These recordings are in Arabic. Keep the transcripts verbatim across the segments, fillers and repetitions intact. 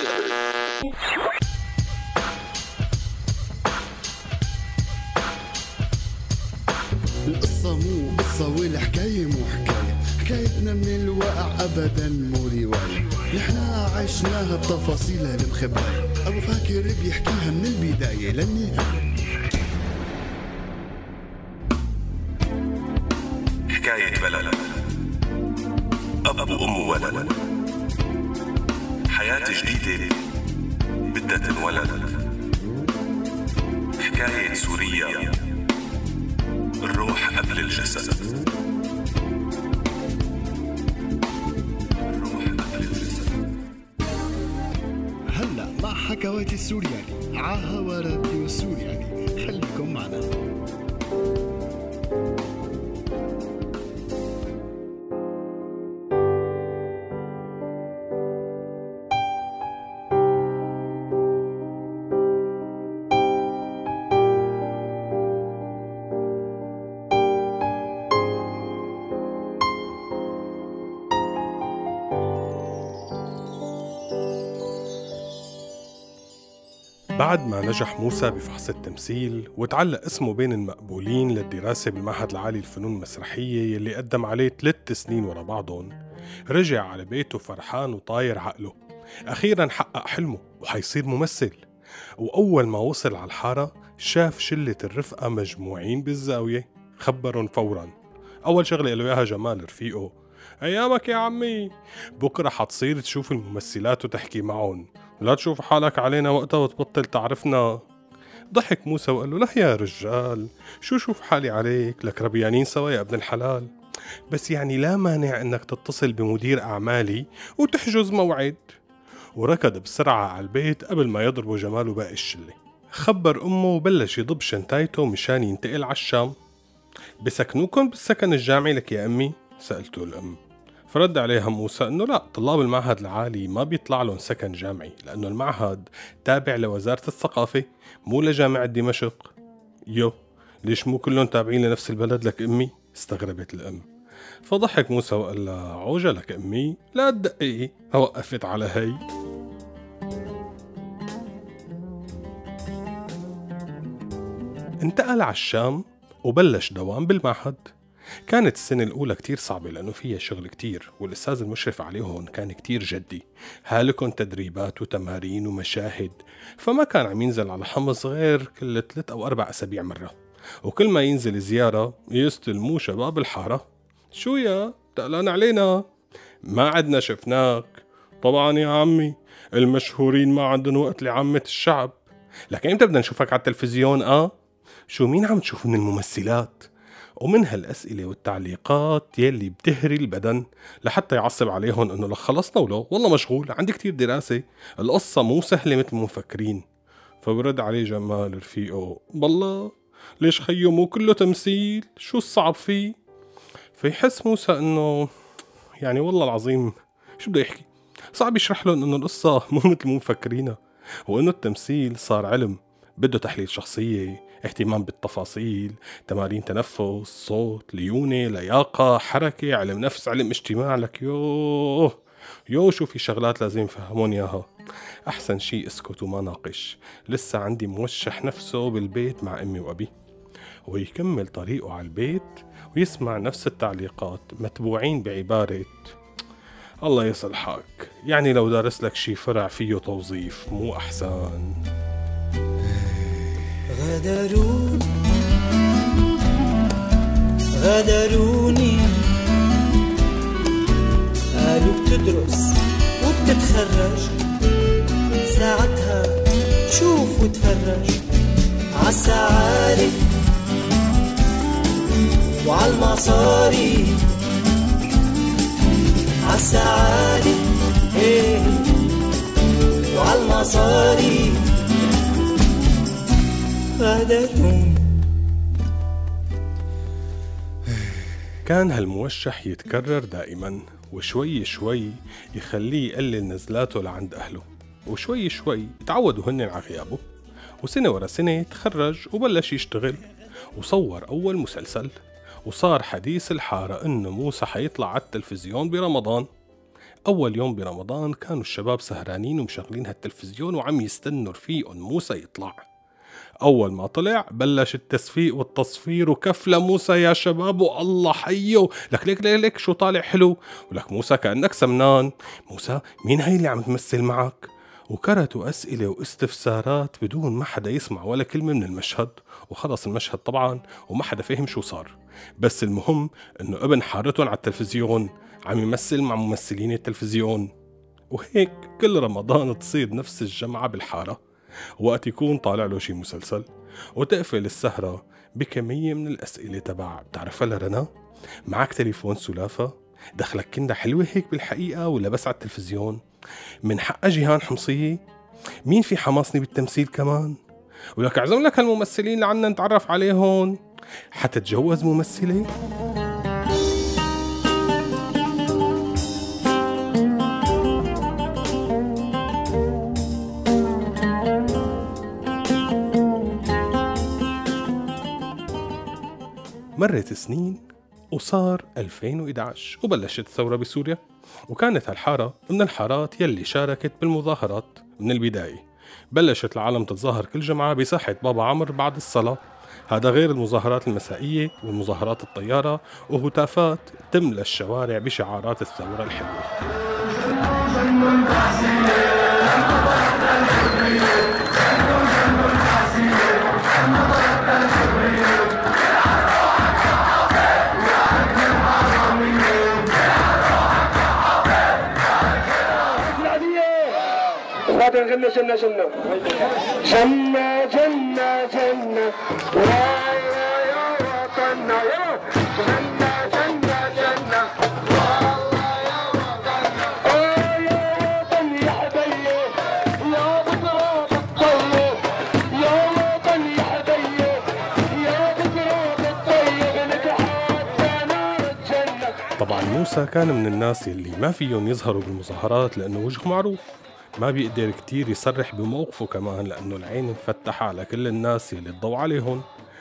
القصة مو قصة والحكاية مو حكاية، حكايتنا من الواقع أبدا مو رواية، نحنا عشناها بتفاصيلها المخبأة، أبو فاكر بيحكيها من البداية للنهاية. حكاية بلد، أب وأم وولد، حياة جديدة بدها تنولد. حكاية سوريا، الروح قبل الجسد. الروح قبل الجسد. هلا مع حكواتي السورياني عاهوا راديو سورياني، خليكم معنا. بعد ما نجح موسى بفحص التمثيل وتعلق اسمه بين المقبولين للدراسة بالمعهد العالي للفنون المسرحية يلي قدم عليه ثلاث سنين ورا بعضهم، رجع على بيته فرحان وطاير عقله. أخيراً حقق حلمه وحيصير ممثل. وأول ما وصل على الحارة شاف شلة الرفقة مجموعين بالزاوية، خبرهم فوراً. أول شغلة قالوا إياها جمال رفيقه: أيامك يا عمي، بكرة حتصير تشوف الممثلات وتحكي معهم، لا تشوف حالك علينا وقتها وتبطل تعرفنا. ضحك موسى وقال له: لا يا رجال، شو شوف حالي عليك، لك ربيانين سوا يا ابن الحلال، بس يعني لا مانع انك تتصل بمدير اعمالي وتحجز موعد. وركض بسرعة على البيت قبل ما يضربوا جمال وباقي الشلة. خبر امه وبلش يضب شنطايته مشان ينتقل على الشام. بسكنوكن بالسكن الجامعي لك يا امي؟ سألته الام. فرد عليها موسى انه لا، طلاب المعهد العالي ما بيطلع لهم سكن جامعي، لانه المعهد تابع لوزارة الثقافة مو لجامعة دمشق. يو، ليش مو كلهم تابعين لنفس البلد لك امي؟ استغربت الام. فضحك موسى وقال لها: عوجة لك امي، لا تدققي، وقفت على هي. انتقل على الشام وبلش دوام بالمعهد. كانت السنة الأولى كتير صعبة لأنه فيها شغل كتير، والأستاذ المشرف عليهم كان كتير جدي، هالكن تدريبات وتمارين ومشاهد، فما كان عم ينزل على حمص غير كل ثلاث أو أربع أسابيع مرة. وكل ما ينزل زيارة يستلموه شباب الحارة: شو يا تقلان علينا؟ ما عدنا شفناك. طبعا يا عمي، المشهورين ما عندهم وقت لعامة الشعب. لكن امتى بدنا نشوفك على التلفزيون؟ اه شو مين عم تشوف من الممثلات؟ ومن هالأسئلة والتعليقات يلي بتهري البدن لحتى يعصب عليهم انه لك خلصنا ولو والله مشغول عندي كتير دراسة، القصة مو سهلة مثل مفكرين. فبرد عليه جمال رفيقه: بالله ليش خيو مو كله تمثيل، شو الصعب فيه؟ فيحس موسى انه يعني والله العظيم شو بده يحكي، صعب يشرح لهم انه القصة مو مثل مفكرينها، وانه التمثيل صار علم بده تحليل شخصية، اهتمام بالتفاصيل، تمارين تنفس، صوت، ليونة، لياقة، حركة، علم نفس، علم اجتماع. لك يوه يو شو في شغلات لازم يفهمون اياها. احسن شي اسكت وما ناقش، لسه عندي موشح نفسه بالبيت مع امي وابي. ويكمل طريقه على البيت ويسمع نفس التعليقات متبوعين بعبارة: الله يصلحك، يعني لو دارس لك شي فرع فيه توظيف مو أحسن. غدرون غدروني، قالوا بتدرس وبتتخرج، ساعتها شوف وتفرج عالسعادة وعالمصاري، عالسعادة ايه وعالمصاري. غدرون. كان هالموشح يتكرر دائما، وشوي شوي يخليه يقلل نزلاته لعند أهله، وشوي شوي يتعودوا هن على غيابه. وسنة ورا سنة تخرج وبلش يشتغل وصور أول مسلسل، وصار حديث الحارة إنه موسى حيطلع على التلفزيون برمضان. أول يوم برمضان كانوا الشباب سهرانين ومشغلين هالتلفزيون وعم يستنوا رفيقهم موسى يطلع. أول ما طلع بلش التسفيق والتصفير وكف لموسى يا شباب والله حيو، لك ليك ليك ليك شو طالع حلو، ولك موسى كأنك سمنان، موسى مين هاي اللي عم تمثل معك؟ وكرتوا أسئلة واستفسارات بدون ما حدا يسمع ولا كلمة من المشهد، وخلص المشهد طبعا وما حدا فهم شو صار، بس المهم إنه ابن حارتهم على التلفزيون عم يمثل مع ممثلين التلفزيون. وهيك كل رمضان تصير نفس الجمعة بالحارة، وقت يكون طالع له شي مسلسل وتقفل السهرة بكمية من الأسئلة تبع بتعرفها لرنا؟ معك تليفون سلافة؟ دخلك كندا حلوة هيك بالحقيقة ولا بس على التلفزيون؟ من حق جيهان حمصية؟ مين في حماصني بالتمثيل كمان؟ ولك أعزم لك هالممثلين اللي عنا نتعرف عليهم، حتتجوز ممثلة؟ مرت سنين وصار ألفين وإحدى عشر وبلشت الثورة بسوريا، وكانت هالحارة من الحارات يلي شاركت بالمظاهرات من البداية. بلشت العالم تتظاهر كل جمعة بساحة بابا عمر بعد الصلاة، هذا غير المظاهرات المسائية والمظاهرات الطيارة وهتافات تملى الشوارع بشعارات الثورة الحلوة. غنى جنة جنة جنة جنة جنة يا يا وطننا يا جنة جنة جنة والله يا وطننا آه يا وطن يا حبيبي يا بتراب الطيب يا وطن يا حبيبي يا بتراب الطيب لك حتى نار الجنة. طبعا موسى كان من الناس اللي ما فيهم يظهروا بالمظاهرات لأنه وجهه معروف، ما بيقدر كتير يصرح بموقفه كمان لأنه العين مفتحة على كل الناس اللي الضوء عليهم،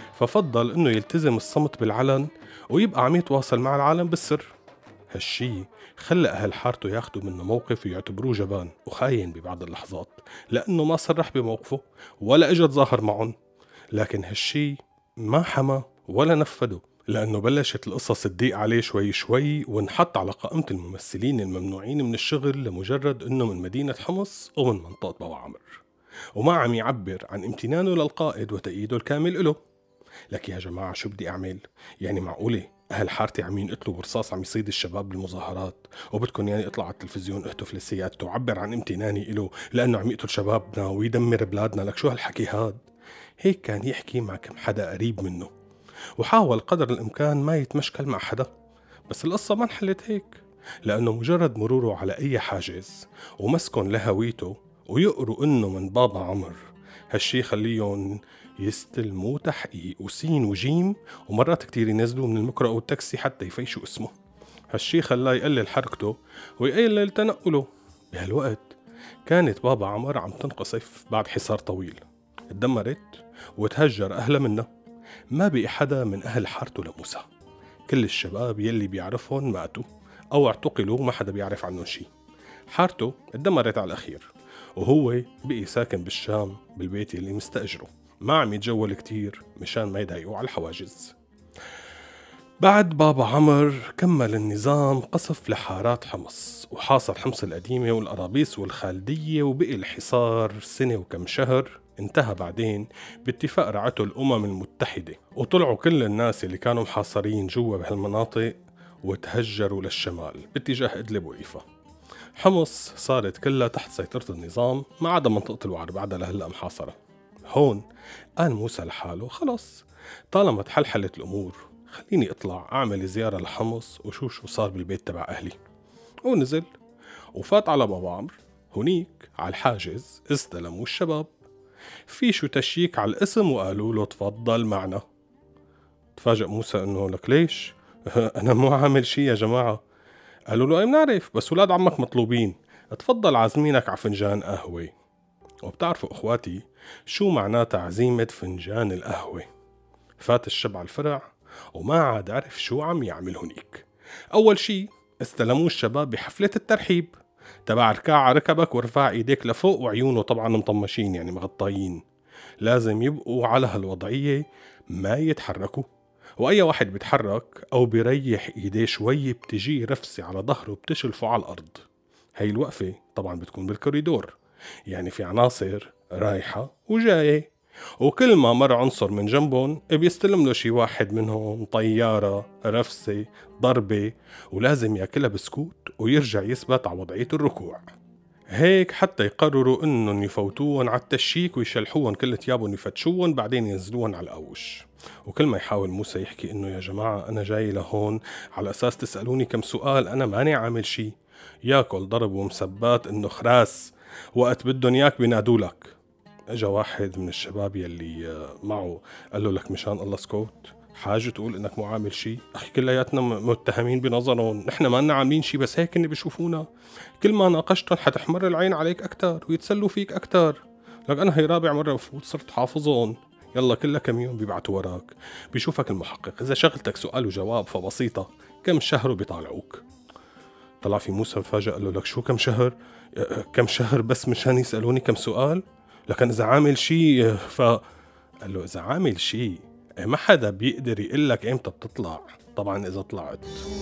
ففضل إنه يلتزم الصمت بالعلن ويبقى عم يتواصل مع العالم بالسر. هالشي خلى أهل حارته ياخدوا منه موقف ويعتبروه جبان وخاين ببعض اللحظات لأنه ما صرح بموقفه ولا إجا تظاهر معهم، لكن هالشي ما حمى ولا نفده لأنه بلشت القصص تضيق عليه شوي شوي وانحط على قائمة الممثلين الممنوعين من الشغل لمجرد أنه من مدينة حمص ومن منطقة بابا عمر، وما عم يعبر عن امتنانه للقائد وتأييده الكامل له. لك يا جماعة شو بدي أعمل؟ يعني معقولة أهل حارتي عم ينقتلوا برصاص عم يصيد الشباب بالمظاهرات وبدكن يعني اطلع على التلفزيون اهتف لسيادته وعبر عن امتناني له لأنه عم يقتل شبابنا ويدمر بلادنا؟ لك شو هالحكي هاد؟ هيك كان يحكي مع كم حدا قريب منه، وحاول قدر الإمكان ما يتمشكل مع حدا، بس القصة ما انحلت هيك، لأنه مجرد مروره على أي حاجز ومسكن لهويته ويقروا إنه من بابا عمر، هالشي خليهم يستلموا تحقيق وسين وجيم، ومرات كتير ينزلوا من المكرة أو التاكسي حتى يفيشوا اسمه. هالشي خلاه يقلل حركته ويقلل تنقله. بهالوقت كانت بابا عمر عم تنقصف بعد حصار طويل، اتدمرت وتهجر أهلها منها. ما بقي حدا من أهل حارته لموسى، كل الشباب يلي بيعرفهم ماتوا أو اعتقلوا ما حدا بيعرف عنهم شي. حارته اتدمرت على الأخير وهو بقي ساكن بالشام بالبيت يلي مستأجره، ما عم يتجول كتير مشان ما يضايقوا على الحواجز. بعد بابا عمر كمل النظام قصف لحارات حمص وحاصر حمص القديمة والأرابيس والخالدية، وبقي الحصار سنة وكم شهر. انتهى بعدين باتفاق رعته الأمم المتحدة، وطلعوا كل الناس اللي كانوا محاصرين جوا بهالمناطق وتهجروا للشمال باتجاه إدلب وإيفا. حمص صارت كلها تحت سيطرة النظام ما عدا منطقة الوعر بعدها لهلأ محاصرة. هون قال موسى لحاله خلص طالما تحلحلت الأمور خليني اطلع اعمل زيارة لحمص وشو شو صار بالبيت تبع اهلي. ونزل وفات على بابا عمرو، هونيك على الحاجز استلموا الشباب في شو تشيك على الاسم وقالوا له تفضل معنا. تفاجأ موسى انه لك ليش انا مو عامل شي يا جماعة. قالوا له اي بنعرف بس ولاد عمك مطلوبين، تفضل عازمينك على فنجان قهوة. وبتعرفوا اخواتي شو معناتها عزيمة فنجان القهوة. فات الشب على الفرع وما عاد عرف شو عم يعمل هونيك. أول شي استلموه الشباب بحفلة الترحيب تبع ركع ركبك وارفع ايديك لفوق، وعيونه طبعا مطمشين يعني مغطايين. لازم يبقوا على هالوضعية ما يتحركوا، وأي واحد بيتحرك أو بيريح إيديه شوي بتجيه رفسة على ظهره بتشلفه على الأرض. هاي الوقفة طبعا بتكون بالكوريدور، يعني في عناصر رايحة وجاية، وكل ما مر عنصر من جنبهم بيستلم له شي واحد منهم طيارة، رفسة، ضربة، ولازم يأكلها بسكوت ويرجع يثبت على وضعية الركوع. هيك حتى يقرروا انهم يفوتوهم على التشيك ويشلحوهم كل ثيابهم يفتشوهم، بعدين ينزلوهم على القوش. وكل ما يحاول موسى يحكي انه يا جماعة انا جاي لهون على اساس تسألوني كم سؤال، انا ماني عامل شي، ياكل ضرب ومسبات انه خراس، وقت بدهم ياك بينادولك. اجا واحد من الشباب يلي معه قال له لك مشان الله اسكت، حاجة تقول انك مو عامل شي؟ اخي كلياتنا متهمين بنظرهم، نحن ما لنا عاملين شي، بس هيك اني بشوفونا، كل ما ناقشتهم حتحمر العين عليك اكتر ويتسلوا فيك اكتر. لك انا هي رابع مرة بفوت صرت حافظهم، يلا كلها كم يوم بيبعتوا وراك، بيشوفك المحقق، اذا شغلتك سؤال وجواب فبسيطة، كم شهر وبيطالعوك. طلع في موسى فجأة قال له لك شو كم شهر؟ كم شهر بس مشان يسألوني كم سؤال؟ لكن اذا عامل شي ف قال له اذا عامل شي ما حدا بيقدر يقلك امتى بتطلع، طبعا اذا طلعت.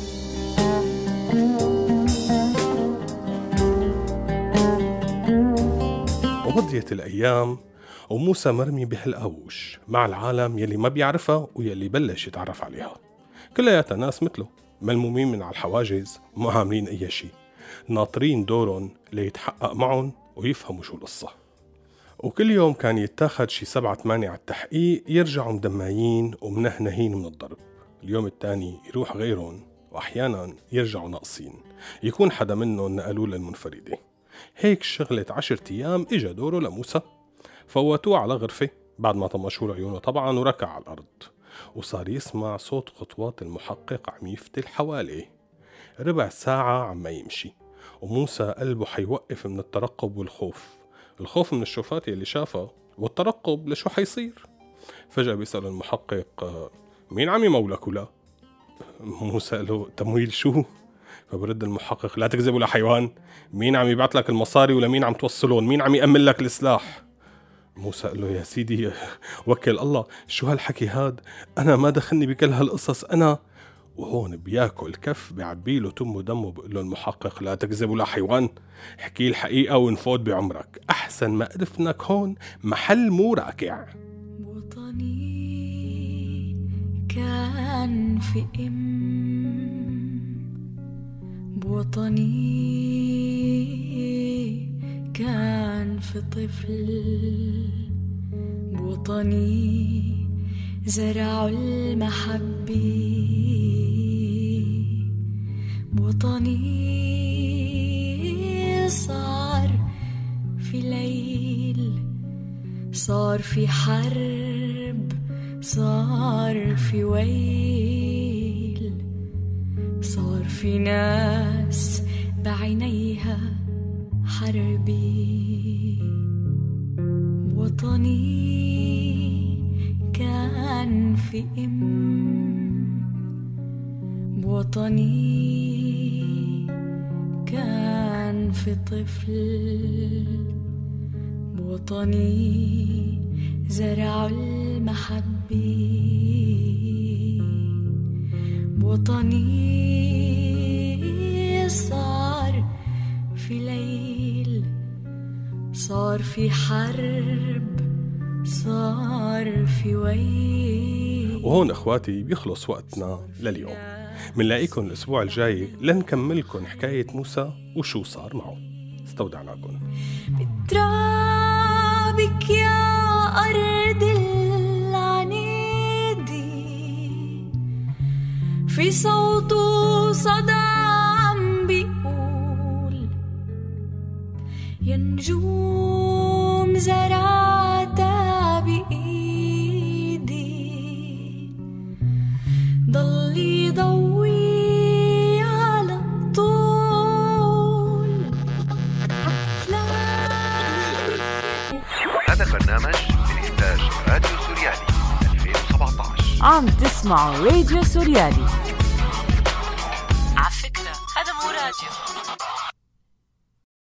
ومضيت الايام وموسى مرمي بهالقوش مع العالم يلي ما بيعرفها ويلي بلش يتعرف عليها، كلياتها ناس مثله ملمومين من على الحواجز، ما عاملين اي شي، ناطرين دورهم ليتحقق معهم ويفهموا شو القصة. وكل يوم كان يتاخد شي سبعة ثمانية على التحقيق، يرجعوا مدمايين ومنهنهين من الضرب. اليوم التاني يروح غيرهم، وأحيانا يرجعوا ناقصين، يكون حدا منهم نقلوا للمنفردة. هيك شغلت عشرة أيام. إجا دوره لموسى، فوتوه على غرفة بعد ما طمشوا عيونه طبعا، وركع على الأرض، وصار يسمع صوت خطوات المحقق عم يفتل حواليه. ربع ساعة عم يمشي، وموسى قلبه حيوقف من الترقب والخوف، الخوف من الشوفات اللي شافها، والترقب لشو حيصير. فجأة بيسأل المحقق مين عم يمولك ولا؟ موسى له تمويل شو؟ فبرد المحقق لا تكذب ولا حيوان، مين عم يبعت لك المصاري ولا مين عم توصلون؟ مين عم يأمن لك السلاح؟ موسى قال له يا سيدي وكل الله، شو هالحكي هاد؟ أنا ما دخلني بكل هالقصص أنا. وهون بياكل كف بيعبيله تم ودمه، بقول له المحقق لا تكذب ولا حيوان، حكي الحقيقة ونفوت بعمرك، أحسن ما قرفنك هون محل مو راكع. وطني كان في أم، بوطني كان في طفل، بوطني زرع المحبة، بوطني صار في ليل، صار في حرب، صار في ويل، صار في ناس بعينيها حربي. وطني كان في أم، بوطني كان في طفل، بوطني زرع المحبة، بوطني صار في ليل، صار في حرب، صار في ويل. وهون اخواتي بيخلص وقتنا لليوم، منلاقيكم الاسبوع الجاي لنكملكم حكاية موسى وشو صار معه. استودعناكم. بترابك يا أرض العنيدي، في صوته صدى عم بيقول يا نجوم زرعتها بإيدي، ضلي ضوي على الطول. هذا البرنامج من إنتاج راديو سوريالي ألفين وسبعة عشر. عم تسمعوا راديو سوريالي. على فكرة هذا راديو.